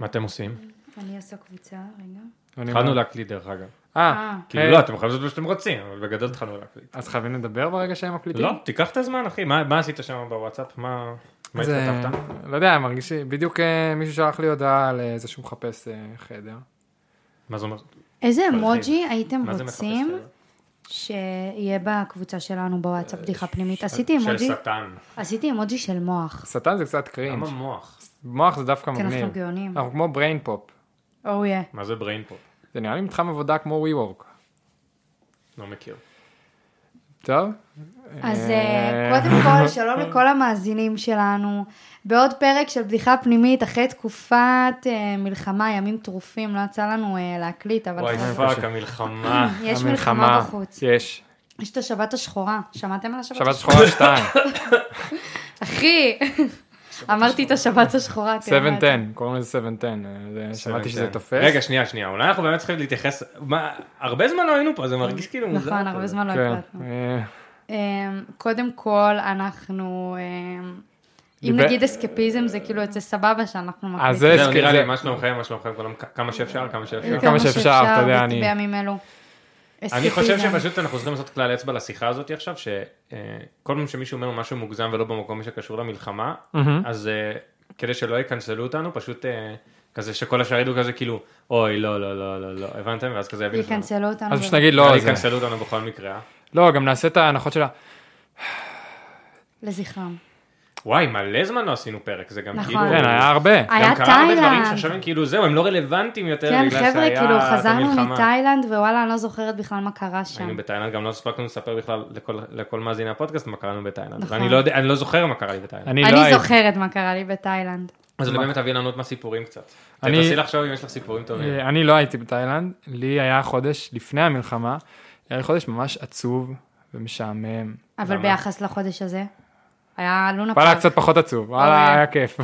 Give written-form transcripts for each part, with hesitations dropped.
מה אתם עושים? אני אעשה קבוצה, רגע. התחלנו להקליט דרך אגב. כאילו לא, אתם יכולים לעשות מה שאתם רוצים, אבל בגדול התחלנו להקליט. אז חייבים לדבר ברגע שהם מקליטים? לא, תיקח את הזמן, אחי. מה עשית שם בוואטסאפ? מה התכתבת? לא יודע, מרגיש בדיוק מישהו שלח לי הודעה על איזה שהוא מחפש חדר. מה זה אומר? איזה אמוג'י הייתם מה זה מחפש רוצים חדר? שיהיה בקבוצה שלנו בוואטסאפ בדיחה פנימית? של שטן. עשיתי אמוג'י של מוח. שטן זה קצת קרינג'. למה מוח? מוח זה דווקא כי מגניב. אנחנו גאונים. אנחנו כמו בריין פופ. אויה. מה זה בריין פופ? זה נראה לי מתחם עבודה כמו WeWork. לא מכיר. טוב? אז קודם כל, שלום לכל המאזינים שלנו. בעוד פרק של בדיחה פנימית, אחרי תקופת מלחמה, ימים טרופים, לא יצא לנו להקליט, אבל... וואי, פאק, המלחמה. יש מלחמה בחוץ. יש. יש את השבת השחורה. שמעתם על השבת שבת השחורה? שחורה 2. אחי, אמרתי את השבת השחורה. 7-10, קוראים לזה 7-10. שמעתי שזה תופס. רגע, שנייה. אולי אנחנו באמת צריכים להתייחס... הרבה זמן לא היינו פה, זה מרגיש כאילו מוזר. נכון, הרבה זמן לא כן. הקלטנו. קודם כל, אנחנו... אם נגיד אסקפיזם, זה כאילו יוצא סבבה שאנחנו מקליטים. זה נראה לי, מה שלומכם, כמה שאפשר. כמה שאפשר, אתה יודע, אני... בימים אלו. אני חושב שפשוט אנחנו צריכים לעשות כלל אצבע לשיחה הזאת עכשיו, שכל פעם שמישהו אומר משהו מוגזם ולא במקום שקשור למלחמה, אז כדי שלא יקנסלו אותנו, פשוט כזה שכל השאר ידעו כזה כאילו, אוי, לא, הבנתם? ואז כזה יבין שלנו. יקנסלו אותנו. אז פשוט נגיד לא, זה... יקנסלו אותנו בכל מקרה. לא, גם נעשה את ההנחות שלה. לזכרם. וואי, מלא זמן לא עשינו פרק, זה גם כאילו... כן, היה הרבה. היה גם קרה הרבה דברים תאילנד. שעכשיו הם כאילו זהו, הם לא רלוונטיים יותר כן, בגלל שהיה את חבר'ה, כאילו חזרנו המלחמה. מתאילנד, ווואלה, אני לא זוכרת בכלל מה קרה שם. היינו בתאילנד, גם לא הספקנו לספר בכלל לכל מאזיני הפודקאסט מה קראנו בתאילנד. נכון. ואני לא זוכר מה קרה לי בתאילנד. אני זוכרת מה קרה לי בתאילנד. אז אולי באמת תביא לנו עוד מהסיפורים קצת. תנסי לחשוב אם יש לך סיפורים טובים. אני לא הייתי בתאילנד, לי היה חודש לפני המלחמה, היה לי חודש ממש עצוב ומשעמם. אבל ביחס לחודש הזה, היה לונה וואלה, פארק. קצת פחות עצוב, וואלה, היה כיף.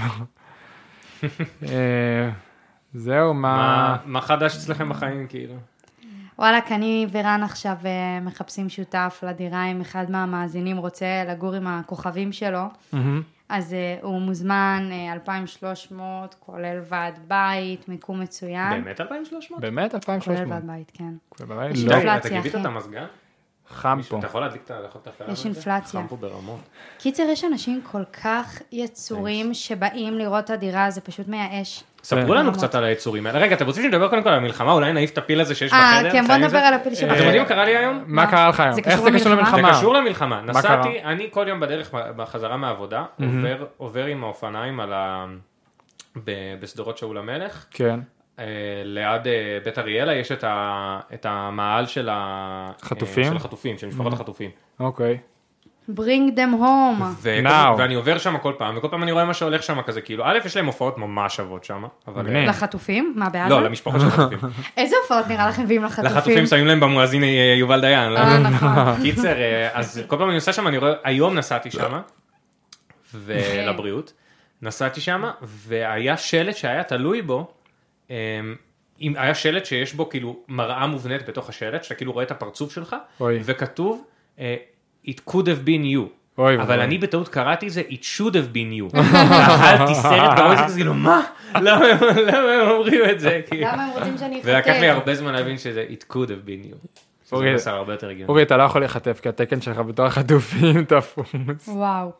זהו, מה חדש אצלכם בחיים כאילו? וואלה, כי אני ורן עכשיו מחפשים שותף לדירה, אם אחד מהמאזינים רוצה לגור עם הכוכבים שלו, אז הוא מוזמן 2,300, כולל ועד בית, מיקום מצוין. באמת 2,300? באמת 2,300. כולל ועד בית, כן. יש די, אינפלציה, אתה גיבית אחי. את המזגן? חם פה. אתה יכול להדליק את הפעלה? יש אינפלציה. חם פה ברמות. קיצר, יש אנשים כל כך יצורים שבאים לראות את הדירה, זה פשוט מייאש. ספרו לנו קצת על היצורים האלה. רגע, אתם רוצים שנדבר קודם כל על המלחמה? אולי נעיף את הפיל הזה שיש בחדר? כן, בוא נדבר על הפיל שבחדר. אתם יודעים מה קרה לי היום? מה קרה לך היום? זה איך קשור זה קשור למלחמה? זה קשור למלחמה. מה קרה? נסעתי, אני כל יום בדרך בחזרה מהעבודה, עובר עם האופניים בסדרות שאול המלך. כן. ליד בית אריאלה יש את המעל של החטופים, של משפחות החטופים. אוקיי. bring them home. ואני עובר שם כל פעם, וכל פעם אני רואה מה שהולך שם כזה, כאילו, א', יש להם הופעות ממש שוות שם. לחטופים? מה, בעזה? לא, למשפחות של החטופים. איזה הופעות נראה לכם מביאים לחטופים? לחטופים שמים להם במואזין יובל דיין. נכון. קיצר, אז כל פעם אני עושה שם, אני רואה, היום נסעתי שם, ולבריאות, נסעתי שם, והיה שלט שהיה תלוי בו, היה שלט שיש בו כאילו מראה מובנית בתוך השלט, שאתה כאילו רואה את הפרצוף שלך, וכתוב, it could have been you. אבל אני בטעות קראתי את זה, it should have been you. ואכלתי סרט בראש, כאילו, מה? למה הם אומרים את זה? למה הם רוצים שאני אחטף? ולקח לי הרבה זמן להבין שזה it could have been you. זה בסדר הרבה יותר הגיוני. אורי, אתה לא יכול לחטף, כי התקן שלך בתור החטופים תפוס. וואו,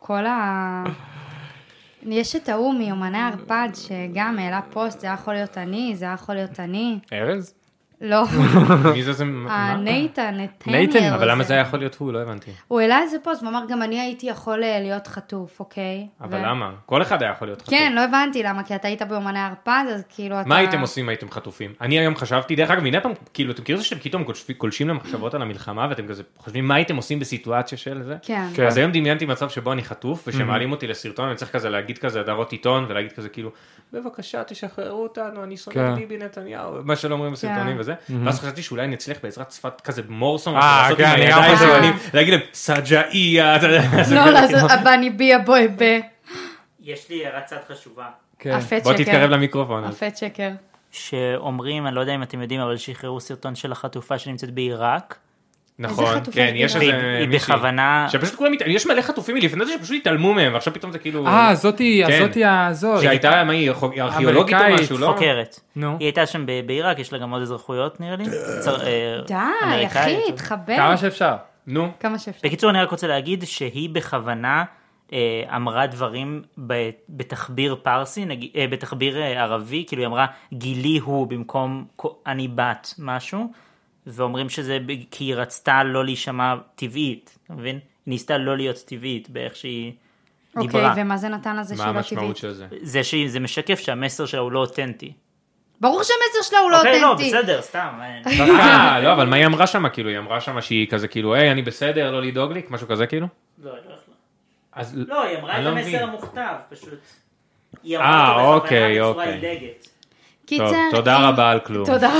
יש את ההוא מיומני הרפד, שגם העלה פוסט, זה יכול להיות אני, זה יכול להיות אני. ארז? לא. מי זה? נייתן, נייתן, אבל למה זה היה יכול להיות הוא? לא הבנתי. הוא העלה איזה פוסט, ואמר גם אני הייתי יכול להיות חטוף, אוקיי? אבל למה? כל אחד היה יכול להיות חטוף. כן, לא הבנתי למה, כי אתה היית ביומני הרפד, אז כאילו אתה... מה הייתם עושים אם הייתם חטופים? אני היום חשבתי, דרך אגב, הנה פעם, כאילו, אתם מכירים שאתם פתאום גולשים למחשבות על המלחמה, ואתם כזה חושבים מה הייתם עושים בסיטואציה של זה? כן. אז היום דמיינתי מצב שבו אני חטוף, ושמעלים אותי לסרטון, אני צריך כזה להגיד כזה, דרות עיתון, ולהגיד כזה כאילו, בבקשה, תשחררו אותנו, אני שונא ביבי נתניהו, מה שלא אומרים בסרטונים וזה. ואז חשבתי שאולי נצליח בעזרת שפת כזה מורסון, לעשות עם הידיים שלנו, להגיד להם, סג'איה, לא, לעשות, אבני בי הבוי ב... יש לי הערת צד חשובה. בוא תתקרב למיקרופון. אפת שקר. שאומרים, אני לא יודע אם אתם יודעים, אבל שחררו סרטון של החטופה שנמצאת בעיראק. נכון, חטופים כן, יש דיברת? איזה היא מישהי. בכוונה... שפשוט כולם, יש מלא חטופים מלפני זה שפשוט התעלמו מהם, ועכשיו פתאום זה כאילו... זאתי הזאת. שהייתה, מה היא, ארכיאולוגית או אמריקאית, משהו, לא? חוקרת. נו. היא הייתה שם בעיראק, יש לה גם עוד אזרחויות נראה לי. די, אמריקאית. אחי, תחבר. כמה שאפשר. נו. כמה שאפשר. בקיצור, אני רק רוצה להגיד שהיא בכוונה אמרה דברים בתחביר פרסי, בתחביר ערבי, כאילו היא אמרה גילי הוא במקום אני בת משהו, ואומרים שזה כי היא רצתה לא להישמע טבעית, אתה מבין? היא ניסתה לא להיות טבעית באיך שהיא דיברה. אוקיי, ומה זה נתן לזה מה שהיא לא המשמעות טבעית? של זה? זה משקף שהמסר שלה הוא לא אותנטי. ברור שהמסר שלה הוא לא אוקיי, לא, אותנטי. בסדר, סתם. לא, אבל מה היא אמרה שם? כאילו, היא אמרה שם שהיא כזה, כאילו, היי, אני בסדר, לא לדאוג לי, משהו כזה, כאילו? לא, אז... לא, היא אמרה אני את לא המסר מבין. המוכתב, פשוט. היא אמרה אותו בכוונה בצורה אוקיי. עילגת. טוב, קיצר, תודה רבה על כלום. תודה.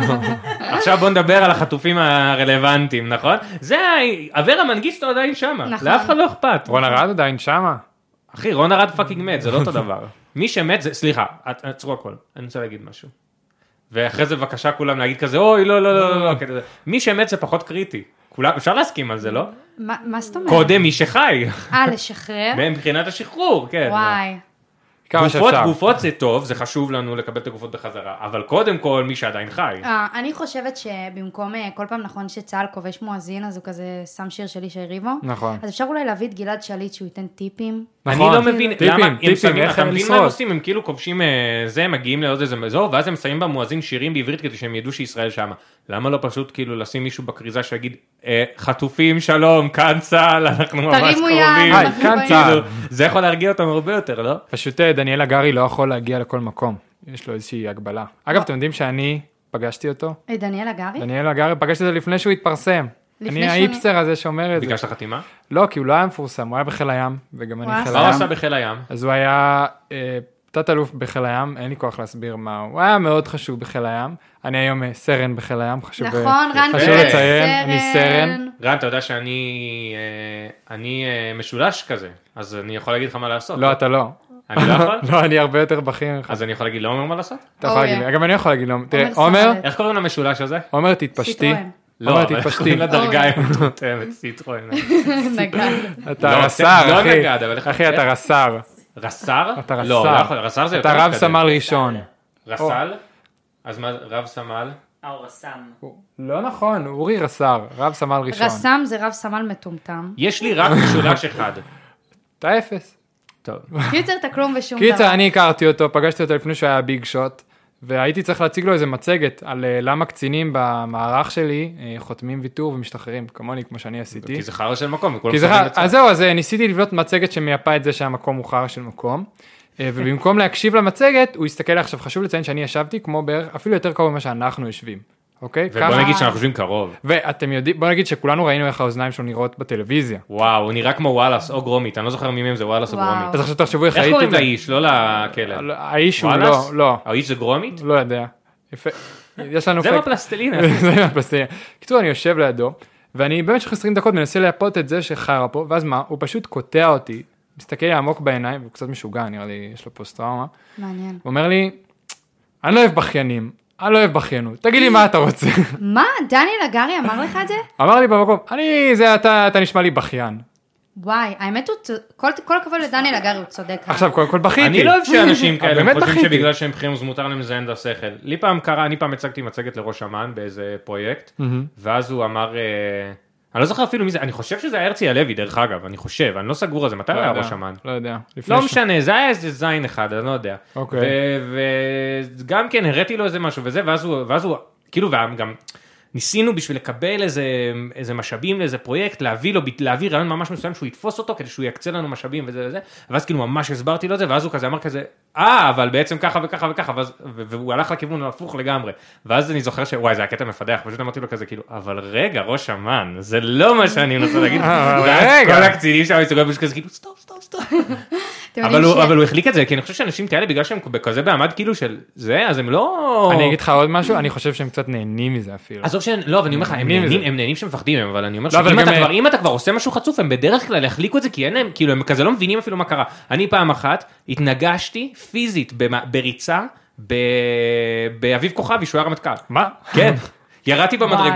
עכשיו בוא נדבר על החטופים הרלוונטיים, נכון? זה, אברה מנגיסטו עדיין שמה, נכון. לאף אחד לא אכפת. רון ארד עדיין שמה. אחי, רון ארד פאקינג מת, זה לא אותו דבר. מי שמת זה, סליחה, עצרו הכל, אני רוצה להגיד משהו. ואחרי זה בבקשה כולם להגיד כזה, אוי, לא, לא, לא, לא, כזה. מי שמת זה פחות קריטי. כולם, אפשר להסכים על זה, לא? מה זאת אומרת? קודם מי שחי. לשחרר? מבחינת השחרור, כן. וואי. כמה שאפשר. גופות זה טוב, זה חשוב לנו לקבל את הגופות בחזרה, אבל קודם כל מי שעדיין חי. אני חושבת שבמקום כל פעם נכון שצהל כובש מואזין, אז הוא כזה שם שיר של ישי ריבו. נכון. אז אפשר אולי להביא את גלעד שליט שהוא ייתן טיפים. אני נכון. לא מבין, טיפים, למה הם טיפים, שמים, איך אתה הם מבין מה לשרוד. הם עושים, הם כאילו כובשים זה, מגיעים לעוד איזה אזור, ואז הם שמים במואזין שירים בעברית כדי שהם ידעו שישראל שמה. למה לא פשוט כאילו לשים מישהו בקריזה שיגיד, חטופים שלום, כאן צהל, אנחנו ממש תרימו יד, קרובים. אנחנו כאן באים. צהל. זה יכול להרגיע אותם הרבה יותר, לא? פשוט דניאל הגרי לא יכול להגיע לכל מקום. יש לו איזושהי הגבלה. אגב, אתם יודעים שאני פגשתי אותו? דניאל הגרי? דניאל הגרי, פגשתי אותו לפני שהוא התפרסם. לפני אני שהוא- האיפסטר הזה שאומר את זה. ביקשת חתימה? לא, כי הוא לא היה מפורסם, הוא היה בחיל הים, וגם הוא אני היה חיל מה הוא הים. עשה בחיל הים? אז הוא היה תת אלוף בחיל הים, אין לי כוח להסביר מה הוא. הוא היה מאוד חשוב בחיל הים. אני היום סרן בחיל הים, חשוב נכון, רן חשוב כזה, לציין, אני סרן. רן, אתה יודע שאני משולש כזה, אז אני יכול להגיד לך מה לעשות. לא, אתה לא. אני לא יכול? לא, אני הרבה יותר בכיר ממך. אז אני יכול להגיד לא אומר מה לעשות? אתה יכול להגיד לי, גם אני יכול להגיד לו. תראה, עומר עומר, סמרלב. איך קוראים למשולש הזה? עומר תתפשטי. סיטרואן. לא, עומר אבל איך תתפשטי. קוראים לדרגה המטומטמת, סיטרואן. נגד. אתה לא, רס"ר, לא אחי. נגד, אבל איך- אחי, אתה רס"ר. רס"ר? אתה רס"ר. לא, לא יכול, רס"ר זה יותר אתה רב מתקדם. סמל ראשון. רס"ל? אז מה, רב סמל? או רסם. לא נכון, אורי רס"ר, רב סמל ראשון. רס"ם זה רב סמל מטומטם. יש לי רק משולש אחד. אתה אפס. טוב. קיצר, אתה כלום ושום דבר. קיצר, אני הכרתי אותו, פגשתי אותו לפני שהוא היה ביג שוט, והייתי צריך להציג לו איזה מצגת על למה קצינים במערך שלי חותמים ויתור ומשתחררים, כמוני, כמו שאני עשיתי. כי זה חרא של מקום. וכולם כי זה חייבים חרא, לצאת. אז זהו, אז ניסיתי לבנות מצגת שמייפה את זה שהמקום הוא חרא של מקום, ובמקום להקשיב למצגת, הוא הסתכל עכשיו, חשוב לציין שאני ישבתי כמו בערך, אפילו יותר קרוב ממה שאנחנו יושבים, אוקיי? ובוא ככה- נגיד שאנחנו חושבים קרוב. ואתם יודעים, בוא נגיד שכולנו ראינו איך האוזניים שלו נראות בטלוויזיה. וואו, הוא נראה כמו וואלאס או גרומית, אני לא זוכר מי מהם זה וואלאס או וואו. גרומית. אז עכשיו תחשבו איך איך ראיתי קוראים את זה. לאיש? לא לכלב. האיש הוא וואלאס? לא, האיש זה גרומית? לא יודע. יפה. יש לנו זה בפלסטלינה. זה מהפלסטלינה. קיצור, אני יושב לידו, ואני במשך 20 דקות מנסה להפות את זה שחרא פה, ואז מה? הוא פשוט קוטע אותי, מסתכל לי עמוק בעיניים, והוא קצת משוגע, נראה לי, יש לו פוסט טראומה. מעניין. הוא אומר לי, אני לא אוהב בכיינים, אני לא אוהב בכיינות, תגיד לי מה אתה רוצה. מה? דניאל הגרי אמר לך את זה? אמר לי במקום, אתה נשמע לי בכיין. וואי, האמת הוא, כל הכבוד לדניאל הגרי, הוא צודק. עכשיו, קודם כל בכיתי. אני לא אוהב שאנשים כאלה באמת חושבים בכיתי. שבגלל שהם בכירים אז מותר להם לזיין את השכל. לי פעם קרה, אני פעם הצגתי מצגת לראש אמ"ן באיזה פרויקט, ואז הוא אמר, אני לא זוכר אפילו מי זה, אני חושב שזה היה הרצי הלוי דרך אגב, אני חושב, אני לא סגור על זה, מתי לא היה יודע, ראש אמ"ן? לא יודע. לפני לא ש- משנה, זה היה איזה זין אחד, אני לא יודע. אוקיי. וגם כן הראיתי לו איזה משהו וזה, ואז הוא, כאילו, וגם ניסינו בשביל לקבל איזה משאבים לאיזה פרויקט, להביא רעיון ממש מסוים שהוא יתפוס אותו, כדי שהוא יקצה לנו משאבים וזה וזה, ואז כאילו ממש הסברתי לו את זה, ואז הוא כזה אמר כזה, אבל בעצם ככה וככה וככה, והוא הלך לכיוון הפוך לגמרי, ואז אני זוכר שוואי, זה הקטע מפדח, פשוט אמרתי לו כזה, כאילו, אבל רגע, ראש אמ"ן, זה לא מה שאני מנסה להגיד, ואז רגע. כל הקצינים שם מסתובבים פשוט כזה, כאילו, סטופ. אתם יודעים אבל הוא החליק את זה, כי אני חושב שאנשים כאלה, בגלל שהם כזה בעמד כאילו של זה, אז הם לא... אני אגיד לך עוד משהו, אני חושב שהם קצת נהנים מזה אפילו. עזוב שהם, לא, אבל אני אומר לך, נהנים מזה. הם נהנים שמפחדים מהם, אבל אני אומר לא, אבל שאם גם- אתה כבר עושה משהו חצוף, הם בדרך כלל יחליקו את זה, כי אין להם, כאילו, הם כזה לא מבינים אפילו מה קרה. אני פעם אחת התנגשתי פיזית בריצה באביב כוכבי, שהוא היה רמטכ"ל. מה? כן. ירדתי במדרגות,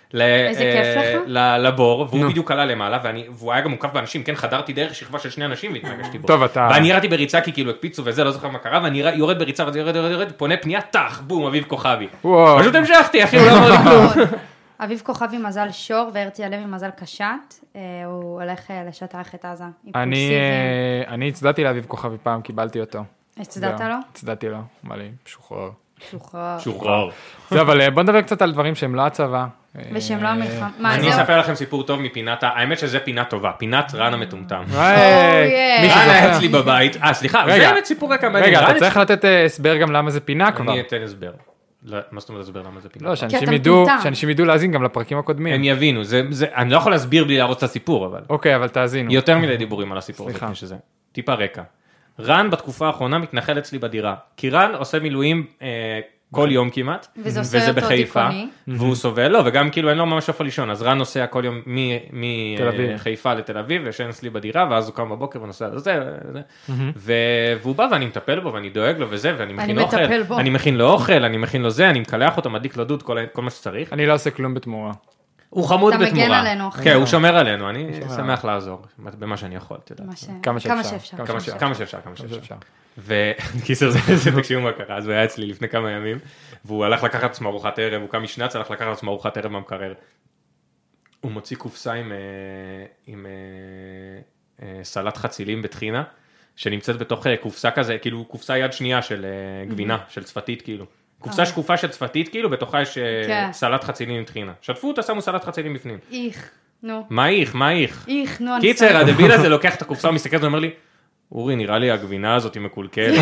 איזה כיף לך? לבור, והוא בדיוק עלה למעלה, והוא היה גם מוקף באנשים, כן, חדרתי דרך שכבה של 2 אנשים והתנגשתי בו. טוב, אתה... ואני ירדתי בריצה כי כאילו הקפיצו וזה, לא זוכר מה קרה, ואני יורד בריצה, יורד, פונה פנייה, טח, בום, אביב כוכבי. פשוט המשכתי, אחי, הוא לא אמר לי כלום. אביב כוכבי מזל שור, והרצי הלוי מזל קשת, הוא הולך לשטח את עזה. אני הצדעתי לאביב כוכבי פעם, קיבלתי אותו. הצדעת לו? הצדעתי לו, אמר לי, שוחרר. שוחרר. זה, אבל בוא נדבר קצת על דברים שהם לא הצבא. ושהם לא המלחמה. אני אספר לכם סיפור טוב מפינת, האמת שזה פינה טובה, פינת רן המטומטם. רן היה אצלי בבית, סליחה, זה האמת סיפור רק המעניין. רגע, אתה צריך לתת הסבר גם למה זה פינה כבר. אני אתן הסבר. מה זאת אומרת הסבר למה זה פינה? לא, שאנשים ידעו להאזין גם לפרקים הקודמים. הם יבינו, אני לא יכול להסביר בלי להרוץ את הסיפור, אבל... אוקיי, אבל תאזינו. יותר מדי דיבורים על הסיפור הזה. טיפה רקע. רן בתקופה האחרונה מתנחל אצלי בדירה, כי רן עושה מילואים כל יום כמעט, וזה בחיפה, והוא סובל, לא, וגם כאילו אין לו ממש איפה לישון, אז רן נוסע כל יום מחיפה לתל אביב, וישן אצלי בדירה, ואז הוא קם בבוקר ונוסע לזה, והוא בא ואני מטפל בו, ואני דואג לו וזה, ואני מכין אוכל, אני מכין לו אוכל, אני מכין לו זה, אני מקלח אותו, מדליק לו דוד, כל מה שצריך. אני לא עושה כלום בתמורה. הוא חמוד בתמורה. אתה מגן עלינו. כן, הוא שומר עלינו, אני שמח לעזור, במה שאני יכול, אתה יודע. כמה שאפשר. וקיצר זה תקשיבו מה קרה, אז הוא היה אצלי לפני כמה ימים, והוא הלך לקחת עצמו ארוחת ערב, הוא קם משנץ, הלך לקחת עצמו ארוחת ערב מהמקרר. הוא מוציא קופסה עם סלט חצילים בטחינה, שנמצאת בתוך קופסה כזה, כאילו קופסה יד שנייה של גבינה, של צפתית כאילו. קופסה שקופה של צפתית כאילו, בתוכה יש סלט חצילים עם טחינה. שטפו אותה, שמו סלט חצילים בפנים. איך, נו. מה איך? איך, נו. קיצר, הדביל הזה לוקח את הקופסה, מסתכל ואומר לי, אורי, נראה לי הגבינה הזאת היא מקולקלת.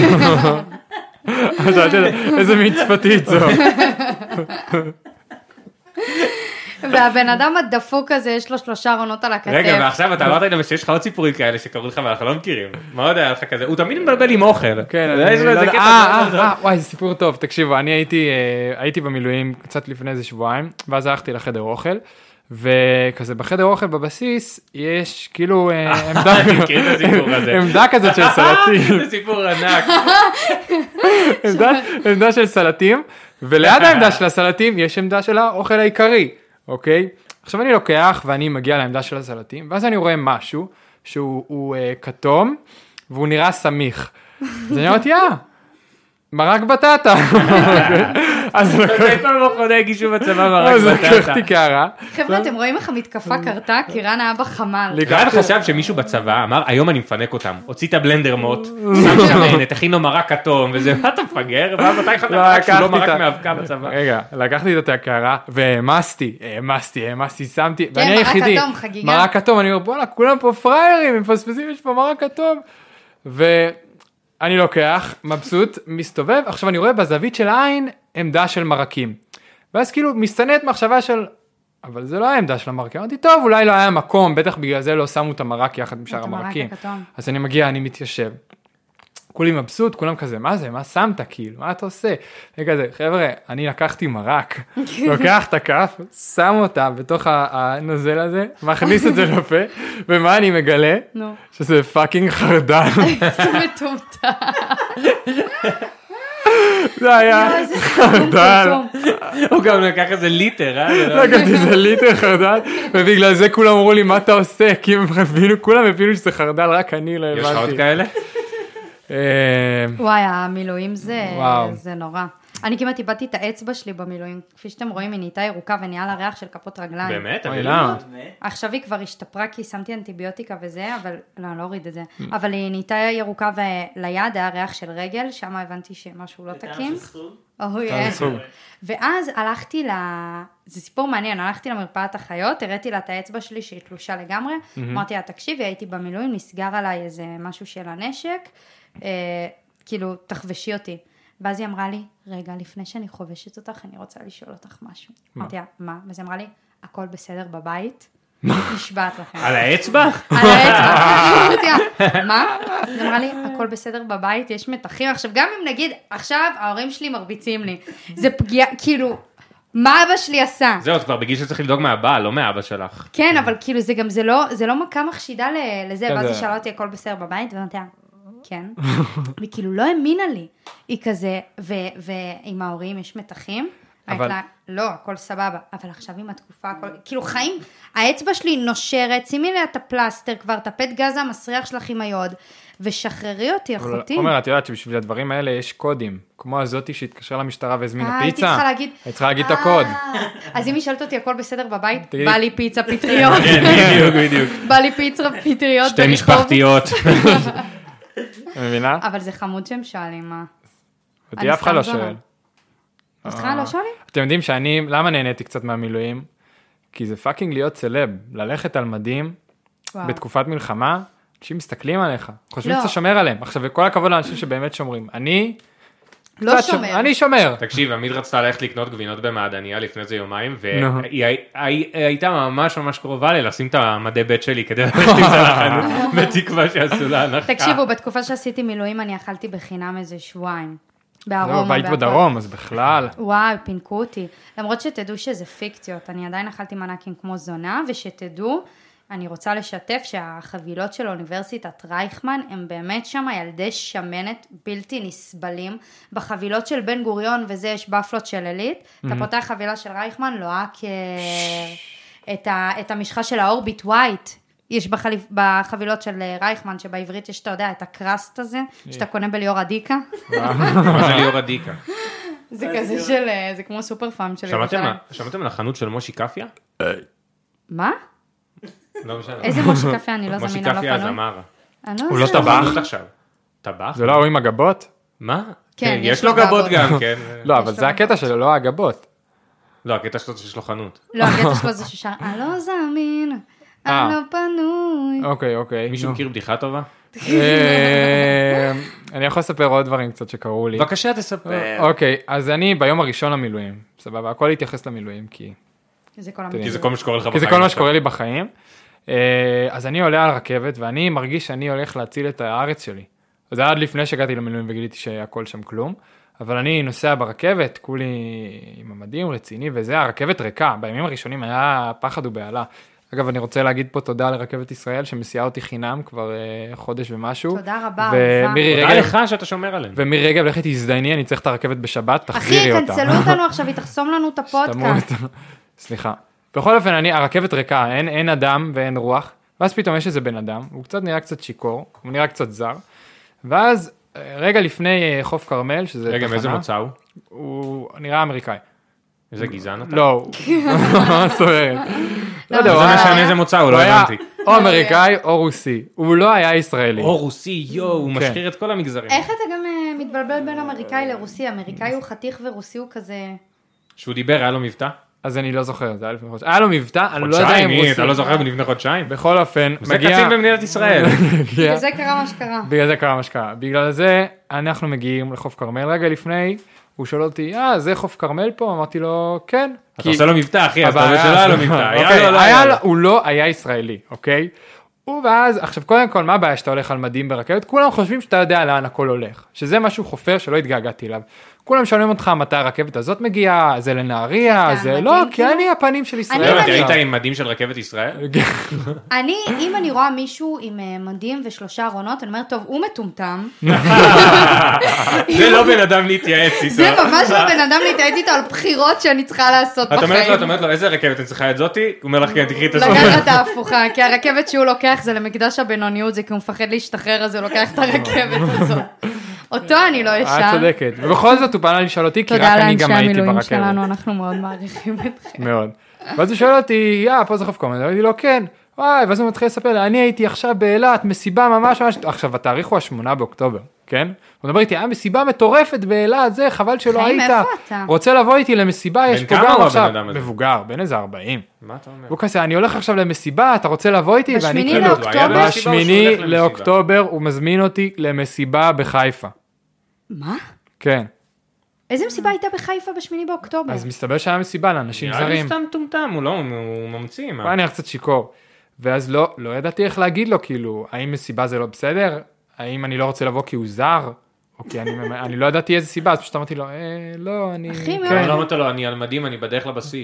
איזה מצפתית זו. והבן אדם הדפוק הזה, יש לו 3 עונות על הכתף. רגע, ועכשיו אתה אמרת לי שיש לך עוד סיפורים כאלה שקראו לך, ואנחנו לא מכירים. מה עוד היה לך כזה? הוא תמיד מבלבל עם אוכל. כן, וואי, זה סיפור טוב. תקשיבו, אני הייתי במילואים קצת לפני איזה שבועיים, ואז הלכתי לחדר אוכל, וכזה בחדר אוכל בבסיס, יש כאילו עמדה כזאת של סלטים. זה סיפור ענק. עמדה של סלטים, וליד העמדה של הסלטים יש עמדה של האוכל העיקרי, אוקיי? עכשיו אני לוקח ואני מגיע לעמדה של הסלטים, ואז אני רואה משהו שהוא כתום, והוא נראה סמיך. אז אני אומרת, מרק בטטה. אז לקחתי קערה. חבר'ה, אתם רואים איך המתקפה קרתה? כי רן היה בחמל. רן חשב שמישהו בצבא אמר, היום אני מפנק אותם. הוציא את הבלנדר מוט, שם שמנת, הכין לו מרק כתום, וזה, מה אתה מפגר? ואז מתי חתם רק שהוא לא מרק מאבקה בצבא? רגע, לקחתי את הקערה, והעמסתי, שמתי, ואני היחידי. מרק כתום, אני אומר, בוא'נה, כולם פה פריירים, מפספסים, יש פה מרק כתום. אני לוקח, מבסוט, מסתובב, עכשיו אני רואה בזווית של העין עמדה של מרקים. ואז כאילו מסתנית מחשבה של, אבל זה לא העמדה של המרקים. אמרתי, טוב, אולי לא היה מקום, בטח בגלל זה לא שמו את המרק יחד עם שאר המרקים. אז אני מגיע, אני מתיישב. כולי מבסוט, כולם כזה, מה זה? מה שמת כאילו? מה אתה עושה? וכזה, חבר'ה, אני לקחתי מרק, לוקח את הכף, שם אותה בתוך הנוזל הזה, מכניס את זה לפה, ומה אני מגלה? שזה פאקינג חרדל. זה מטומטם. זה היה חרדל. הוא גם לקח איזה ליטר, לקחתי איזה ליטר חרדל, ובגלל זה כולם אמרו לי, מה אתה עושה? כי כולם הבינו שזה חרדל, רק אני לא הבנתי. יש לך עוד כאלה? וואי, המילואים זה נורא. אני כמעט איבדתי את האצבע שלי במילואים. כפי שאתם רואים, היא נהייתה ירוקה ונהיה לה ריח של כפות רגליים. באמת? עכשיו היא כבר השתפרה כי שמתי אנטיביוטיקה וזה, אבל לא, אני לא אוריד את זה. אבל היא נהייתה ירוקה וליד היה ריח של רגל, שם הבנתי שמשהו לא תקין. ואז הלכתי זה סיפור מעניין, הלכתי למרפאת החיות, הראיתי לה את האצבע שלי שהיא תלושה לגמרי, אמרתי לה, תקשיבי, הייתי במילואים, נסגר עליי איזה משהו של הנשק, כאילו, תחבשי אותי. ואז היא אמרה לי, רגע, לפני שאני חובשת אותך, אני רוצה לשאול אותך משהו. אמרתי לה, מה? ואז היא אמרה לי, הכל בסדר בבית? נשבעת לכם. על האצבע? על האצבע. אמרתי לה, מה? היא אמרה לי, הכל בסדר בבית, יש מתחים. עכשיו, גם אם נגיד, עכשיו ההורים שלי מרביצים לי. זה פגיעה, כאילו, מה אבא שלי עשה? זהו, כבר בגיל שצריך לדאוג מהבעל, לא מאבא שלך. כן, אבל כאילו, זה לא מכה מחשידה לזה, ואז היא שאלה אותי, הכל בסדר בבית, ואמרתי לה, כן, וכאילו לא האמינה לי, היא כזה, ועם ההורים יש מתחים, לא, הכל סבבה, אבל עכשיו עם התקופה, כאילו חיים, האצבע שלי נושרת, שימי לי את הפלסטר כבר, את הפט גז המסריח שלך עם היוד, ושחררי אותי, אחותי. עומר, את יודעת שבשביל הדברים האלה יש קודים, כמו הזאתי שהתקשרה למשטרה והזמינה פיצה. הייתי צריכה להגיד. היית צריכה להגיד את הקוד. אז אם היא שואלת אותי, הכל בסדר בבית? בא לי פיצה פטריות. בדיוק. בא לי פיצה פטריות. שתי משפחתיות. מבינה? אבל זה חמוד שהם שואלים, מה? אותי אף אחד לא שואל. אותך לא שואלים? אתם יודעים שאני, למה נהניתי קצת מהמילואים? כי זה פאקינג להיות סלב, ללכת על מדים בתקופת מלחמה, אנשים מסתכלים עליך, חושבים שאתה שומר עליהם. עכשיו, כל הכבוד לאנשים שבאמת שומרים. אני לא שומר. אני שומר. תקשיב, עמית רצתה ללכת לקנות גבינות במעדניה לפני איזה יומיים, והיא הייתה ממש ממש קרובה לי לשים את המדי בית שלי כדי ללכת עם זה לחנות, בתקווה שעשו לה הנחה. תקשיבו, בתקופה שעשיתי מילואים אני אכלתי בחינם איזה שבועיים. לא, והיית בדרום, אז בכלל. וואי, פינקו אותי. למרות שתדעו שזה פיקציות, אני עדיין אכלתי מנקים כמו זונה, ושתדעו, אני רוצה לשתף שהחבילות של אוניברסיטת רייכמן, הם באמת שם ילדי שמנת בלתי נסבלים. בחבילות של בן גוריון וזה יש בפלות של אלית, אתה פותח חבילה של רייכמן, לא את המשחה של האורביט ווייט, יש בחבילות של רייכמן, שבעברית יש, אתה יודע, את הקרסט הזה, שאתה קונה בליאור עדיקה. מה זה ליאור עדיקה? זה כזה של, זה כמו סופר פארם של ירושלים. שמעתם על החנות של מושי קפיה? מה? לא משנה. איזה מושי קפיה? אני לא זמינה, לא פנוי. מושי קפיה זה אמרה. הוא לא טבח? טבח? זה לא הוא עם הגבות? מה? כן, יש לו גבות גם, כן. לא, אבל זה הקטע שלו, לא הגבות. לא, הקטע שלו זה שיש לו חנות. לא, הקטע שלו זה ששר, אני לא זמין, אני לא פנוי. אוקיי. מישהו מכיר בדיחה טובה? אני יכול לספר עוד דברים קצת שקראו לי. בבקשה תספר. אוקיי, אז אני ביום הראשון למילואים, סבבה, הכל התייחס למילואים, כי זה כל מה שקורה לך בחיים. כי זה כל מה שקורה לי בחיים. אז אני עולה על רכבת, ואני מרגיש שאני הולך להציל את הארץ שלי. זה עד לפני שהגעתי למילואים וגיליתי שהכל שם כלום. אבל אני נוסע ברכבת, כולי עם המדים, רציני, וזה, הרכבת ריקה. בימים הראשונים היה פחד ובעלה. אגב, אני רוצה להגיד פה תודה לרכבת ישראל, שמסיעה אותי חינם כבר חודש ומשהו. תודה רבה. תודה לך שאתה שומר עליהם. ומירי רגב, לכי תזדייני, אני צריך את הרכבת בשבת, תחזירי אותה. אחי, קנצלו אותנו עכשיו, היא תחסום לנו את הפודקאסט. סליחה. בכל אופן, הרכבת ריקה, אין אדם ואין רוח, ואז פתאום יש איזה בן אדם, הוא קצת נראה קצת שיקור, הוא נראה קצת זר, ואז רגע לפני חוף כרמל, שזה רגע, מאיזה מוצא הוא? הוא נראה אמריקאי. איזה גזען אתה? לא, סוערת. לא יודע, זה משנה איזה מוצא, הוא לא הבנתי. או אמריקאי או רוסי, הוא לא היה ישראלי. או רוסי, הוא משחיר את כל המגזרים. איך אתה גם מתבלבל בין אמריקאי לרוסי? אמריקאי הוא חתיך ורוסי הוא כזה... שהוא דיבר, היה לו מבטא? אז אני לא זוכר, זה היה לפני חודשיים. היה לו מבטא, אני לא יודע אם רוסי. אתה לא זוכר לפני חודשיים? בכל אופן, זה קצין במדינת ישראל. בגלל זה קרה מה שקרה. בגלל זה קרה מה שקרה. בגלל זה אנחנו מגיעים לחוף כרמל רגע לפני, הוא שואל אותי, זה חוף כרמל פה? אמרתי לו, כן. אתה עושה לו מבטא, אחי, אז אתה אומר שלא היה לו מבטא. הוא לא היה ישראלי, אוקיי? ואז, עכשיו קודם כל, מה הבעיה שאתה הולך על מדים ברכבת? כולם חושבים שאתה יודע לאן הכל הולך. שזה משהו חופר שלא התגעגעתי אליו. כולם שואלים אותך מתי הרכבת הזאת מגיעה, זה לנהריה, זה לא, כי אני הפנים של ישראל. היית עם מדים של רכבת ישראל? אם אני רואה מישהו עם מדים ושלושה ארונות, אני אומרת, טוב, הוא מטומטם. זה לא בן אדם להתייעץ איתו. זה ממש לא בן אדם להתייעץ איתו על בחירות שאני צריכה לעשות בחיים. את אומרת לו, איזה רכבת אני צריכה את זאתי? הוא אומר לך, כן, תקחי את הזו. לקחת ההפוכה, כי הרכבת שהוא לוקח זה למקדש הבינוניות, זה כי הוא מפחד להשתחרר, אז הוא לוקח את הרכבת הזאת. אותו אני לא אשאל. את צודקת. ובכל זאת הוא פעלה לשאול אותי, כי רק אני גם הייתי ברכבת. תודה לאנשי המילואים שלנו, אנחנו מאוד מעריכים אתכם. מאוד. ואז הוא שואל אותי, פה זה חוף כרמל. אמרתי לו, כן. ואז הוא מתחיל לספר לי, אני הייתי עכשיו באילת, מסיבה ממש. עכשיו, התאריך הוא 8 באוקטובר, כן? הוא מדבר איתי, מסיבה מטורפת באילת, זה חבל שלא היית. רוצה לבוא איתי למסיבה, יש פה גם עכשיו. מבוגר, בין איזה 40. מה אתה אומר? הוא כזה, אני הולך עכשיו למסיבה, אתה רוצה לבוא איתי? בשמיני לאוקטובר הוא מזמין אותי למסיבה בחיפה. מה? כן. איזה מסיבה הייתה בחיפה בשמיני באוקטובר? אז מסתבר שהיה מסיבה לאנשים זרים. נראה לי סתם טומטם, הוא ממציא. הוא היה נראה קצת שיקור. ואז לא ידעתי איך להגיד לו, כאילו, האם מסיבה זה לא בסדר? האם אני לא רוצה לבוא כי הוא זר? או כי אני לא ידעתי איזה סיבה, אז פשוט אמרתי לו, לא, אני... הכי מאוד. אני לא אמרתי לו, אני על מדים, אני בדרך לבסיס.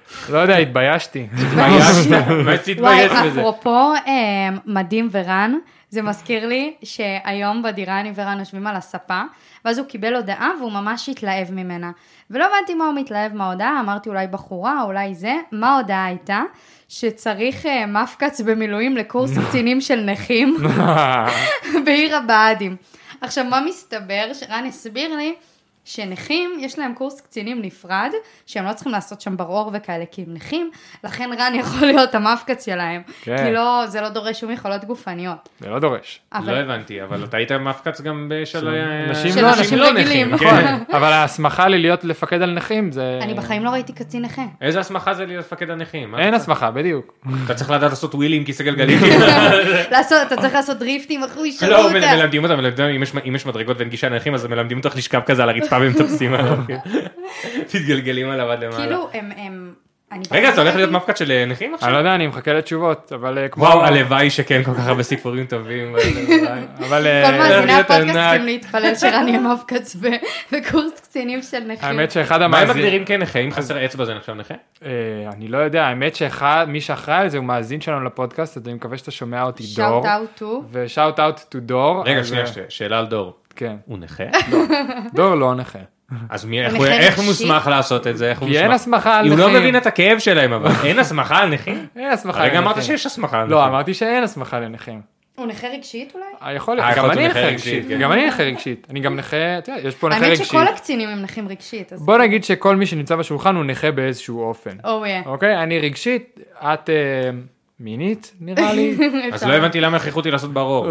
לא יודע, התביישתי. מה תתבייש בזה? אפרופו מדים ורן, זה מזכיר לי שהיום בדירה אני ורן יושבים על הספה, ואז הוא קיבל הודעה והוא ממש התלהב ממנה. ולא הבנתי מה הוא מתלהב מההודעה, אמרתי אולי בחורה, אולי זה. מה ההודעה הייתה? שצריך מפקץ במילואים לקורס קצינים של נכים בעיר הבה"דים. עכשיו, מה מסתבר? שרן הסביר לי שנכים, יש להם קורס קצינים נפרד, שהם לא צריכים לעשות שם ברור וכאלה, כי הם נכים, לכן רן יכול להיות המפקץ שלהם. כן. כי לא, זה לא דורש שום יכולות גופניות. זה לא דורש. לא הבנתי, אבל אתה היית מפקץ גם של אנשים לא נכים. נכון, אבל ההסמכה לי להיות לפקד על נכים זה... אני בחיים לא ראיתי קצין נכה. איזה הסמכה זה להיות לפקד על נכים? אין הסמכה, בדיוק. אתה צריך לדעת לעשות ווילים, כיסא גלגלים. אתה צריך לעשות דריפטים, אחוי, שרו לא, אותה. מלמדים אותם, אם יש מדרגות ואין גישה לנכים, אז מלמדים אותך לשכב כזה על הרצפה ומטפסים עליו. תתגלגלים עליו עד למעלה. כאילו, רגע, זה הולך להיות מפקד של נכים עכשיו? אני לא יודע, אני מחכה לתשובות, אבל כמו... וואו, הלוואי שכן, כל כך הרבה סיפורים טובים. כל מאזיני הפודקאסט צריכים להתפלל שרן יהיה מפקץ בקורס קצינים של נכים. האמת שאחד מה הם המאזינים... מגדירים כנכה? אם חסר אצבע זה נחשב נכה? אני לא יודע, האמת שמי שאחראי על זה הוא מאזין שלנו לפודקאסט, אז אני מקווה שאתה שומע אותי דור. Shout out to. ו-shout out to דור. רגע, שאלה על דור. כן. הוא נכה? דור לא נכה. אז איך הוא מוסמך לעשות את זה? כי אין הסמכה על הוא נכים. לא מבין את הכאב שלהם, אבל אין הסמכה על נכים? אין הסמכה על נכים. הרגע אמרת שיש הסמכה על נכים. לא, אמרתי שאין הסמכה לנכים. הוא נכה רגשית אולי? יכול להיות, גם אני נכה רגשית. גם אני נכה רגשית. אני גם נכה, יש פה נכה רגשית. האמת שכל הקצינים הם נכים רגשית. בוא נגיד שכל מי שנמצא בשולחן הוא נכה באיזשהו אופן. אוקיי? אני רגשית, את מינית נראה לי. אז לא הבנתי למה הכריחו אותי לעשות ברור.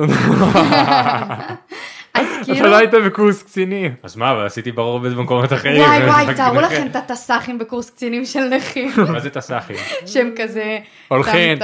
אתה לא היית בקורס קצינים. אז מה, אבל עשיתי ברור במקומות אחרים. וואי, תארו לכם את התסאחים בקורס קצינים של נכים. מה זה תסאחים? שהם כזה... הולכים,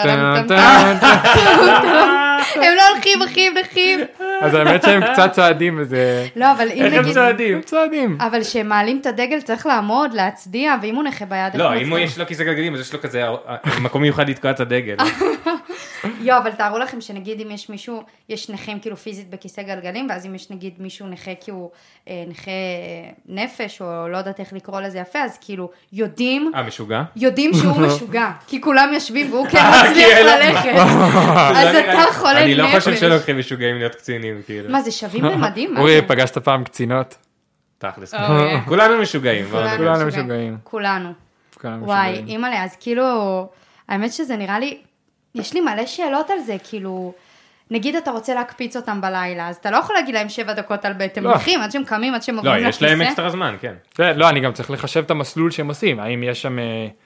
הם לא הולכים, אחים, נכים. אז האמת שהם קצת צועדים וזה... לא, אבל אם נגיד... איך הם צועדים? הם צועדים. אבל כשהם מעלים את הדגל צריך לעמוד, להצדיע, ואם הוא נכה ביד... לא, אם יש לו כיסא גלגלים, אז יש לו כזה מקום מיוחד לתקוע את הדגל. אבל תארו לכם שנגיד אם יש מישהו, יש נכים כאילו פיזית בכיסא גלגלים, ואז אם יש נגיד מישהו נכה כי הוא נכה נפש, או לא יודעת איך לקרוא לזה יפה, אז כאילו יודעים... משוגע? יודעים שהוא משוגע, כי כולם יושבים והוא כן מצליח ללכת. אז אתה חולה נפש. אני לא חושב שלוקחים משוגעים להיות קצינים, כאילו. מה זה שווים במדים? אורי, פגשת פעם קצינות? תכלס. כולנו משוגעים. כולנו משוגעים. כולנו. וואי, אימא'לה, אז כאילו, האמת שזה נראה לי, יש לי מלא שאלות על זה, כאילו, נגיד אתה רוצה להקפיץ אותם בלילה, אז אתה לא יכול להגיד להם 7 דקות על בית, הם הולכים עד שהם קמים, עד שהם עוברים לכיסא. לא, יש להם אקסטרה זמן, כן. לא, אני גם צריך לחשב את המסלול שהם עושים, האם יש שם...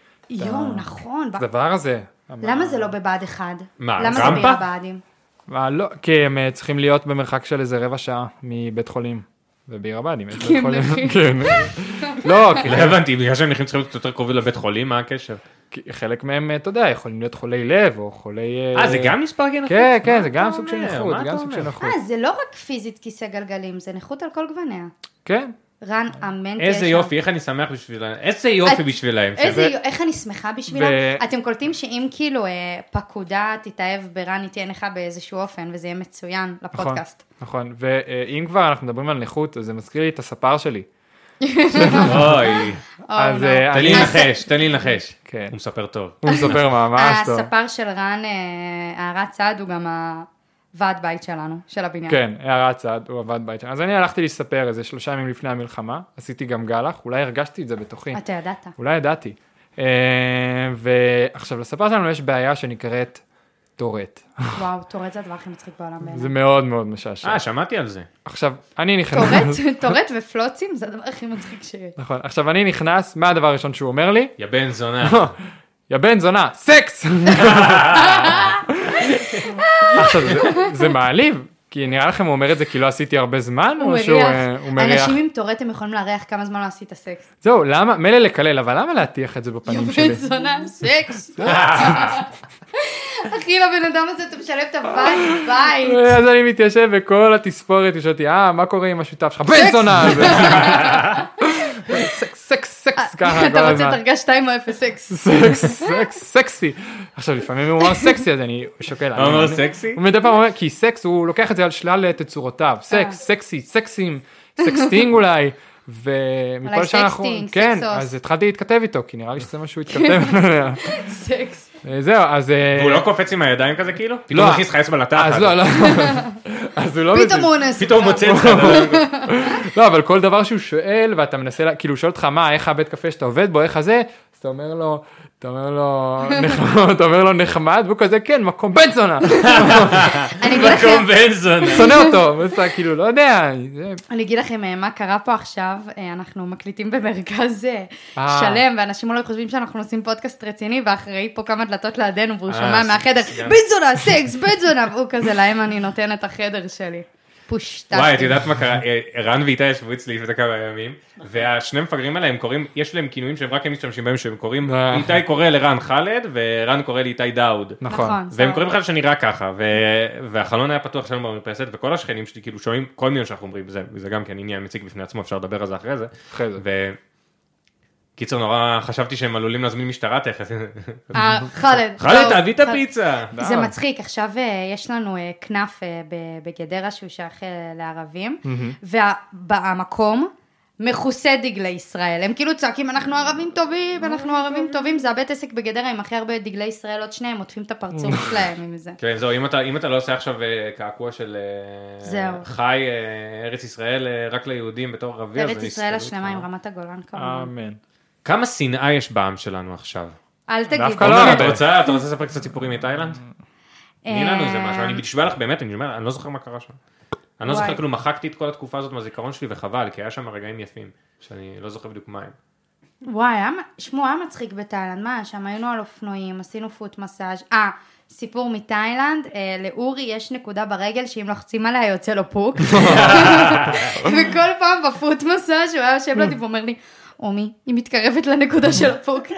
נכון. הדבר הזה. למה זה לא בבה"ד 1? מה, למה זה בעיר הבה"דים? לא, כי הם צריכים להיות במרחק של איזה רבע שעה מבית חולים. ובעיר הבה"דים. כי הם נכים. לא, כי... לא הבנתי, בגלל שהם נכים צריכים להיות יותר קרובים לבית חולים, מה הקשר? כי חלק מהם, אתה יודע, יכולים להיות חולי לב, או חולי... זה גם מספר כנכות? כן, כן, זה גם סוג של נכות, זה גם סוג של נכות. זה לא רק פיזית כיסא גלגלים, זה נכות על כל גווניה. כן. רן, אמן. איזה יופי, איך אני שמח בשבילם. איזה יופי בשבילם. איך אני שמחה בשבילם. אתם קולטים שאם כאילו פקודה תתאהב ברן, היא תהיה נכה באיזשהו אופן, וזה יהיה מצוין לפודקאסט. נכון, ואם כבר אנחנו מדברים על נכות, אז זה מזכיר לי את הספר שלי. אוי. תן לי לנחש. כן. הוא מספר טוב. הוא מספר ממש טוב. הספר של רן, הערת צעד, הוא גם הוועד בית שלנו, של הבניין. כן, הערת צעד, הוא הוועד בית שלנו. אז אני הלכתי להספר איזה 3 ימים לפני המלחמה, עשיתי גם גלח, אולי הרגשתי את זה בתוכי. אתה ידעת. אולי ידעתי. ועכשיו, לספר שלנו יש בעיה שנקראת טורט. וואו, טורט זה הדבר הכי מצחיק בעולם בעיניי. זה מאוד מאוד משעשע. שמעתי על זה. עכשיו, אני נכנס... טורט ופלוצים זה הדבר הכי מצחיק שיש. נכון, עכשיו אני נכנס, מה הדבר הראשון שהוא אומר לי? יא בן זונה. יא בן זונה, סקס! עכשיו, זה מעליב, כי נראה לכם הוא אומר את זה כי לא עשיתי הרבה זמן, הוא מריח. אנשים עם טורט הם יכולים להריח כמה זמן לא עשית סקס. זהו, למה? מילא לקלל, אבל למה להטיח את זה בפנים שלי? יא בן זונה, סקס! אחי, לבן אדם הזה אתה משלב את הוועד בית. אז אני מתיישב וכל התספורת יושבתי, מה קורה עם השותף שלך? בן זונה! סקס, ככה. אתה רוצה דרגה 2 או 0 סקס. סקסי. עכשיו, לפעמים הוא אומר סקסי, אז אני שוקל. הוא אומר סקסי? הוא מדי פעם אומר, כי סקס, הוא לוקח את זה על שלל תצורותיו. סקס, סקסי, סקסים, סקסטינג אולי. ומפה שאנחנו, כן, אז התחלתי להתכתב איתו, כי נראה לי שזה מה שהוא התכתב. סקס. זהו, אז... והוא לא קופץ עם הידיים כזה כאילו? פתאום הוא מכניס לך אצבע לתחת. אז לא. אז הוא לא... פתאום הוא מוצא לך. לא, אבל כל דבר שהוא שואל, ואתה מנסה, כאילו הוא שואל אותך מה, איך הבית קפה שאתה עובד בו, איך הזה, אז אתה אומר לו נחמד, והוא כזה, כן, מקום בן זונה. מקום בן זונה. שונא אותו, ואתה כאילו, לא יודע. אני אגיד לכם מה קרה פה עכשיו, אנחנו מקליטים במרכז שלם, ואנשים אולי חושבים שאנחנו עושים פודקאסט רציני, ואחראי פה כמה דלתות לידינו, והוא שומע מהחדר, בן זונה, סקס, בן זונה, והוא כזה, להם אני נותן את החדר שלי. פושטה. וואי, את יודעת מה קרה? רן ואיתי ישבו אצלי לפני כמה ימים, והשני מפגרים עליהם קוראים, יש להם כינויים שהם רק הם משתמשים בהם, שהם קוראים, איתי קורא לרן חלד, ורן קורא לאיתי דאוד. נכון. והם קוראים לך שאני רק ככה, והחלון היה פתוח שלנו במרפסת, וכל השכנים שלי כאילו שומעים כל מיני שאנחנו אומרים, זה גם כן עניין מציג בפני עצמו, אפשר לדבר על זה אחרי זה. קיצר נורא, חשבתי שהם עלולים להזמין משטרה תכף. חלד, תביא את הפיצה. זה מצחיק, עכשיו יש לנו כנף בגדרה שהוא שייך לערבים, ובמקום מכוסה דגלי ישראל, הם כאילו צועקים, אנחנו ערבים טובים, זה הבית עסק בגדרה עם הכי הרבה דגלי ישראל, עוד שניהם עוטפים את הפרצוף שלהם עם זה. כן, זהו, אם אתה לא עושה עכשיו קעקוע של חי ארץ ישראל רק ליהודים בתור ערבי, ארץ ישראל השלמה עם רמת הגולן כמובן. אמן. כמה שנאה יש בעם שלנו עכשיו? אל תגיד. את רוצה לספר קצת סיפורים מתאילנד? תני לנו איזה משהו, אני נשבע לך באמת, אני לא זוכר מה קרה שם. אני לא זוכר, כאילו מחקתי את כל התקופה הזאת מהזיכרון שלי וחבל, כי היה שם רגעים יפים, שאני לא זוכר בדיוק מה הם. וואי, שמוע מצחיק בתאילנד, מה? שם היינו על אופנועים, עשינו פוט מסאז'. סיפור מתאילנד, לאורי יש נקודה ברגל שאם לוחצים עליה יוצא לו פוק. וכל פעם בפוט מסאז' הוא היה יושב לתי ואומר לי, אומי, היא מתקרבת לנקודה של הפוק,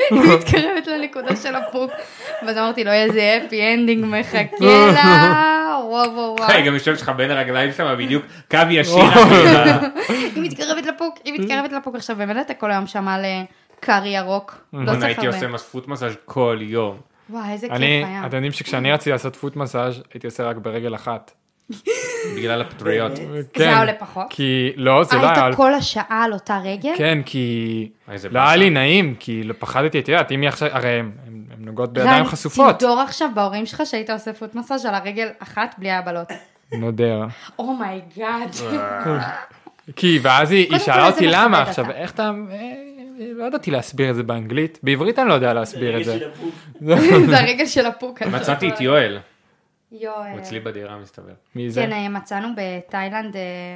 ואז אמרתי לו, איזה אפי אנדינג מחכה לה, וואו. היא גם יושבת לך בין הרגליים שם, בדיוק קו ישיר. היא מתקרבת לפוק, עכשיו באמת הכל היום שם על קרי ירוק, לא צריך הרבה. הייתי עושה פוט מסאז' כל יום. וואי, איזה כיף היה. אתם יודעים שכשאני רציתי לעשות פוט מסאז' הייתי עושה רק ברגל אחת. בגלל הפטריות. זה היה עולה פחות? כי לא, זה לא היה... היית כל השעה על אותה רגל? כן, כי לא היה לי נעים, כי פחדתי, את יודעת, אם היא עכשיו, הרי הן נוגעות בידיים חשופות. תדור עכשיו בהורים שלך שהיית עושה פוט מסאז' על הרגל אחת בלי הבלות. נודר. אומייגאד. כי ואז היא שאלה אותי למה, עכשיו, איך אתה... לא ידעתי להסביר את זה באנגלית, בעברית אני לא יודע להסביר את זה. זה הרגל של הפוק. מצאתי את יואל. יואל. הוא אצלי בדירה מסתבר. מי זה? כן, מצאנו בתאילנד.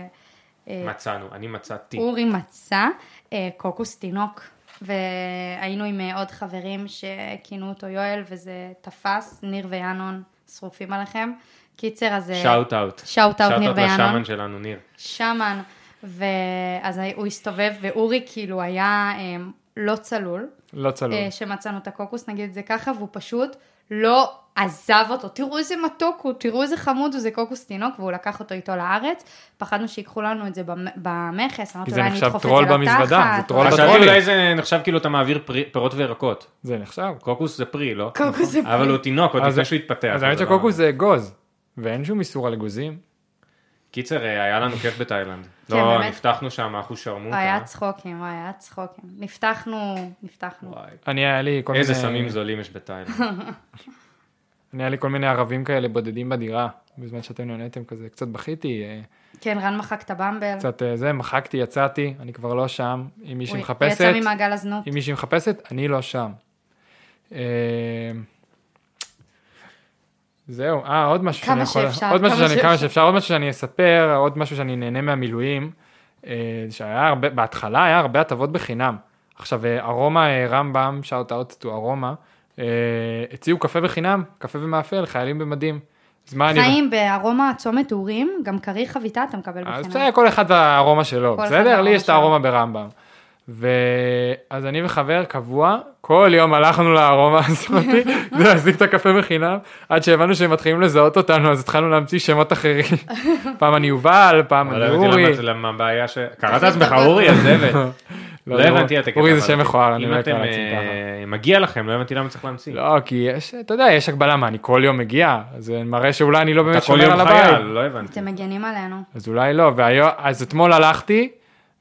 אני מצאתי. אורי מצא קוקוס תינוק, והיינו עם עוד חברים שכינו אותו יואל, וזה תפס, ניר וינון, שרופים עליכם. קיצר, אז... שאוט אאוט. שאוט אאוט, ניר וינון. לשמן שלנו, ניר. שמן, ואז הוא הסתובב, ואורי כאילו היה לא צלול. לא צלול. שמצאנו את הקוקוס, נגיד את זה ככה, והוא פשוט לא עזב אותו. תראו איזה מתוק הוא, תראו איזה חמוד הוא, זה קוקוס תינוק, והוא לקח אותו איתו לארץ. פחדנו שיקחו לנו את זה במכס, אמרתי אולי אני אדחוף את זה לתחת. זה נחשב טרול במזוודה, זה טרול בטרולי. אולי זה נחשב כאילו אתה מעביר פירות וירקות. זה נחשב. קוקוס זה פרי, לא? קוקוס זה פרי. אבל הוא תינוק, עוד לפני שהוא התפתח. אז האמת שקוקוס זה אגוז, ואין שום איסור על אגוזים. קיצר, היה לנו כיף בתאילנד. לא, נפתחנו שם, אחו שרמוטה. היה צחוקים. נפתחנו. היה לי כל מיני... איזה סמים זולים יש בתאילנד. היה לי כל מיני ערבים כאלה בודדים בדירה, בזמן שאתם נהנתם כזה, קצת בכיתי. כן, רן מחק את הבמבל. קצת זה, מחקתי, יצאתי, אני כבר לא שם. אם מישהי מחפשת... יצא ממעגל הזנות. אם מישהי מחפשת, אני לא שם. זהו, עוד משהו שאני יכול... כמה שאפשר, עוד משהו שאני אספר, עוד משהו שאני נהנה מהמילואים, שהיה הרבה, בהתחלה היה הרבה הטבות בחינם. עכשיו, ארומה רמב"ם, שאוט אאוט טו ארומה, הציעו קפה בחינם, קפה ומאפל, חיילים במדים. חיים בארומה צומת אורים, גם קרי חביתה אתה מקבל בחינם. אז זה כל אחד והארומה שלו, בסדר? לי יש את הארומה ברמב"ם. ואז אני וחבר קבוע, כל יום הלכנו לארומה הזאת, להזיק את הקפה בחינם, עד שהבנו שהם מתחילים לזהות אותנו, אז התחלנו להמציא שמות אחרים. פעם אני יובל, פעם אני אורי. למה הבעיה קראת עצמך אורי, אז זבל. לא הבנתי את הקטע. אורי זה שם מכוער, אני לא אקרא לעצמי ככה. מגיע לכם, לא הבנתי למה צריך להמציא. לא, כי יש, אתה יודע, יש הגבלה, מה, אני כל יום מגיע, אז זה מראה שאולי אני לא באמת שומר על הבית. לא הבנתי. אתם מגנים עלינו. אז אולי לא, אז אתמול הלכתי,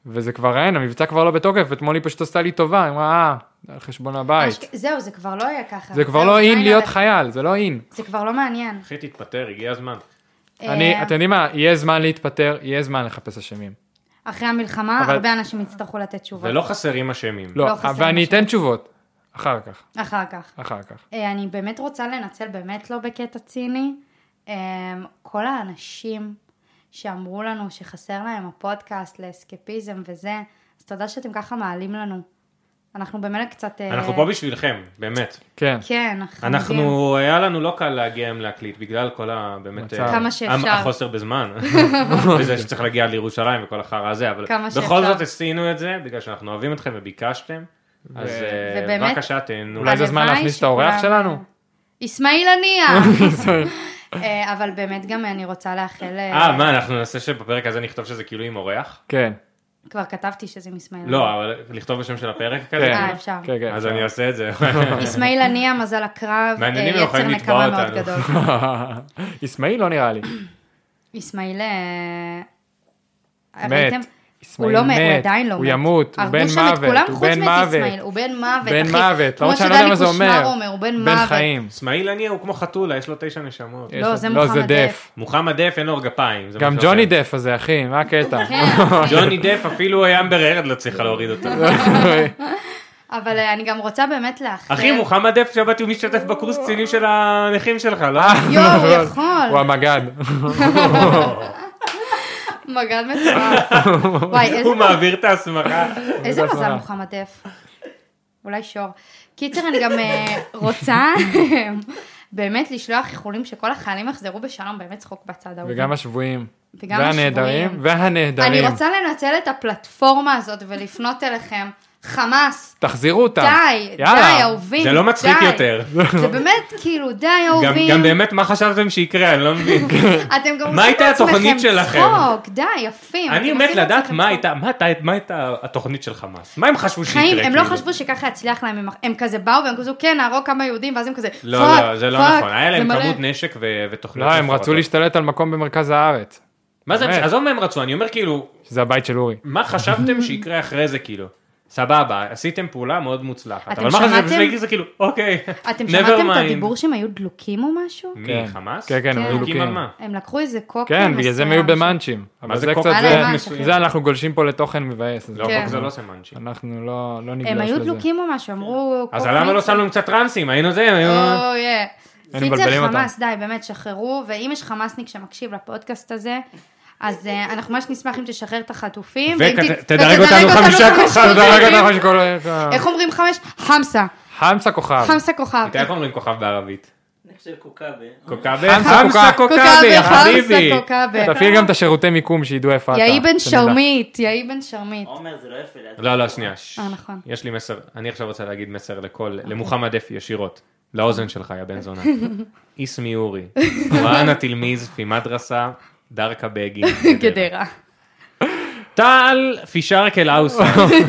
וזה כבר אין, המבצע כבר לא בתוקף, אתמול היא פשוט עשתה לי טובה, היא אמרה, על חשבון הבית. זהו, זה כבר לא היה ככה. זה כבר לא אין להיות חייל, זה לא אין. זה כבר לא מעניין. אחי, תתפטר, הגיע הזמן. אתם יודעים מה, יהיה זמן להתפטר, יהיה זמן לחפש אשמים. אחרי המלחמה, הרבה אנשים יצטרכו לתת תשובות. ולא חסרים אשמים. לא, ואני אתן תשובות. אחר כך. אני באמת רוצה לנצל, באמת לא בקטע ציני, כל האנשים שאמרו לנו שחסר להם הפודקאסט לאסקפיזם וזה, אז תודה שאתם ככה מעלים לנו. אנחנו באמת קצת... אנחנו פה בשבילכם, באמת. כן. כן, אנחנו, היה לנו לא קל להגיע עם להקליט, בגלל כל באמת... כמה שאפשר. החוסר בזמן. וזה שצריך להגיע לירושלים וכל החרא הזה, אבל בכל זאת עשינו את זה, בגלל שאנחנו אוהבים אתכם וביקשתם. אז בבקשה תהנו. אולי זה זמן להכניס את האורח שלנו? אסמאעיל הנייה. אבל באמת גם אני רוצה לאחל... מה, אנחנו נעשה שבפרק הזה נכתוב שזה כאילו עם אורח? כן. כבר כתבתי שזה אסמאעיל. לא, אבל לכתוב בשם של הפרק כזה? אפשר. אז אני אעשה את זה. אסמאעיל הנייה, מזל הקרב, יצר נקמה מאוד גדול. אסמאעיל לא נראה לי. אסמאעיל... מת. הוא לא מת, הוא עדיין לא מת. הוא ימות, הוא בן מוות, הוא בן מוות. הוא בן מוות, בן מוות, כמו שדני קושמר אומר, הוא בן מוות. בן חיים. אסמאעיל הנייה הוא כמו חתולה, יש לו 9 נשמות. לא, זה מוחמד דף. מוחמד דף אין לו ארגפיים. גם ג'וני דף הזה, אחי, מה הקטע? ג'וני דף אפילו אמבר הרד לא צריכה להוריד אותו. אבל אני גם רוצה באמת לאחר. אחי, מוחמד דף שבאתי הוא משתתף בקורס קצינים של הנכים שלך, לא? יואו, הוא יכול. הוא המגד. מגד מטורף. הוא מעביר את ההסמכה. איזה מזל מוחמד דף. אולי שור. קיצר, אני גם רוצה באמת לשלוח איחולים שכל החיילים יחזרו בשלום, באמת צחוק בצד ההוא. וגם השבויים. והנהדרים. אני רוצה לנצל את הפלטפורמה הזאת ולפנות אליכם. חמאס. תחזירו אותם. די, אהובים. זה לא מצחיק יותר. זה באמת כאילו, די, אהובים. גם באמת, מה חשבתם שיקרה? אני לא מבין. אתם גם מה הייתה התוכנית שלכם? צחוק, די, יפים. אני מת לדעת מה הייתה התוכנית של חמאס. מה הם חשבו שיקרה? חיים, הם לא חשבו שככה יצליח להם. הם כזה באו והם כזו, כן, נהרוג כמה יהודים, ואז הם כזה, לא, זה לא נכון. היה להם כמות נשק ותוכניות. לא, הם רצו להשתלט על מקום במרכז הארץ. מה זה? עזוב מה הם רצו, אני אומר כאילו... שזה הבית של אורי. מה חשבתם שיקרה אחרי זה כאילו? סבבה, עשיתם פעולה מאוד מוצלחת. אבל מה חשבתם? זה כאילו, אוקיי, אתם שמעתם את הדיבור שהם היו דלוקים או משהו? מי, חמאס? כן, הם היו דלוקים. הם לקחו איזה קוק. כן, בגלל זה הם היו במאנצ'ים. מה זה קוק? זה אנחנו גולשים פה לתוכן מבאס. לא, קוק זה לא עושה מאנצ'ים. אנחנו לא נגלוש לזה. הם היו דלוקים או משהו, אמרו... אז למה לא שמנו קצת טרנסים? היינו זה, קיצר חמאס, די, באמת, שחררו, ואם יש חמאסניק שמקשיב לפודקאסט הזה, אז אנחנו ממש נשמח אם תשחרר את החטופים. ותדרג אותנו 5 כוכב. איך אומרים 5? חמסה. חמסה כוכב. חמסה כוכב. איך אומרים כוכב בערבית? אני חושב קוקאבה. קוקאבה? חמסה קוקאבה, חביבי. תפעיל גם את השירותי מיקום שידעו איפה אתה. יהי בן שרמית, יהי בן שרמית. עומר, זה לא יפה. לא, שנייה. נכון. יש לי מסר, אני עכשיו רוצה להגיד מסר למוחמד דף ישירות. לאוזן שלך, יא בן זונה. איסמי אורי. ואנה תלמיז פי מדרסה. דרכה בגין. גדרה. טל פישרק אל אוסה.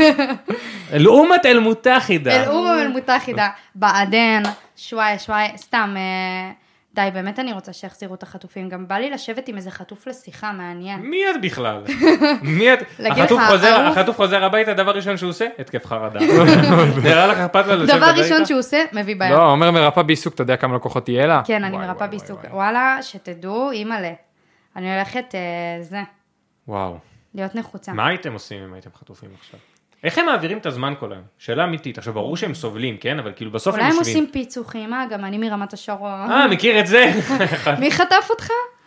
אל-אומת אל-מותחידה. אל-אומת אל-מותחידה. בעדן, שוואי, סתם, די, באמת אני רוצה שיחזירו את החטופים. גם בא לי לשבת עם איזה חטוף לשיחה, מעניין. מי את בכלל? החטוף חוזר הביתה, דבר ראשון שהוא עושה, התקף חרדה. נראה לך אכפת לו לשבת הביתה? דבר ראשון שהוא עושה, מביא בעיה. לא, אומר מרפא בעיסוק, אתה יודע כמה לקוחות תהיה לה? כן, אני מרפא בעיסוק. וואלה, שתדעו, אימא'לה. אני הולכת, וואו. להיות נחוצה. מה הייתם עושים אם הייתם חטופים עכשיו? איך הם מעבירים את הזמן כל היום? שאלה אמיתית. עכשיו, ברור שהם סובלים, כן? אבל כאילו בסוף הם אולי יושבים. הם עושים פיצוחים, גם אני מרמת השרון. מכיר את זה? מי חטף אותך?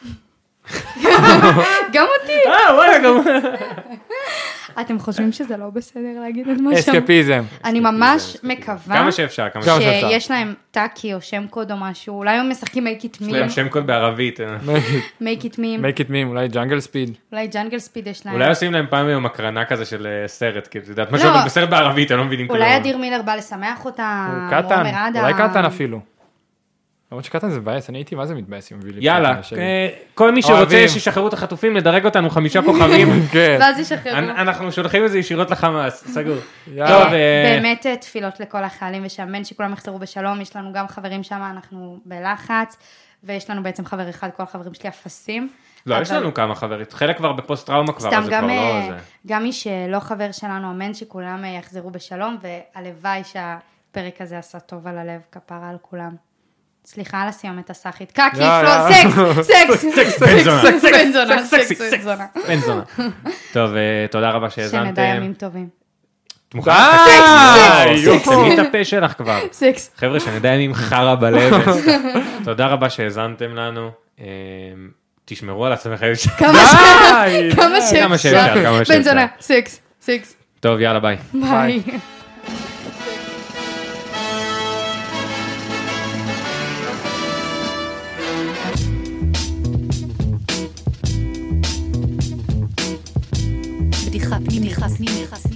גם אותי. וואלה, גם... אתם חושבים שזה לא בסדר להגיד את מה שם? אסקפיזם. אני ממש מקווה. כמה שאפשר. שיש להם טאקי או שם קוד או משהו. אולי הם משחקים make it meme. יש להם שם קוד בערבית. make it meme. make it meme, אולי ג'אנגל ספיד. אולי ג'אנגל ספיד יש להם. אולי עושים להם פעם היום הקרנה כזה של סרט, כי אתה יודעת, מה שאומרים בסרט בערבית, אני לא מבינים כלום. אולי אדיר מילר בא לשמח אותם. הוא קטן, אולי קטן אפילו. למרות שקטן זה מבאס, אני הייתי מה זה מתבאס עם וילי. יאללה, כל מי שרוצה שישחררו את החטופים, לדרג אותנו 5 כוכבים. ואז ישחררו. אנחנו שולחים את זה ישירות לחמאס, סגור. באמת תפילות לכל החיילים ושאמן שכולם יחזרו בשלום, יש לנו גם חברים שם, אנחנו בלחץ, ויש לנו בעצם חבר אחד, כל החברים שלי אפסים, לא, יש לנו כמה חברית, חלק כבר בפוסט טראומה כבר, אז זה כבר לא זה. גם מי שלא חבר שלנו, אמן שכולם יחזרו בשלום, והלוואי שהפרק הזה עשה טוב על הלב, כפרה על כולם. סליחה על הסיומת הסאחית, קקי, סקס, בן זונה. טוב, תודה רבה שהזנתם. שנדע ימים טובים. את מוכנה? סקס, תמי את הפה שלך כבר. סקס. חבר'ה, שנדע ימים חרה בלב. תודה רבה שהזנתם לנו. תשמרו על עצמכם. כמה שאפשר. בן זונה, סקס. טוב, יאללה, ביי. ביי. בדיחה פנימית.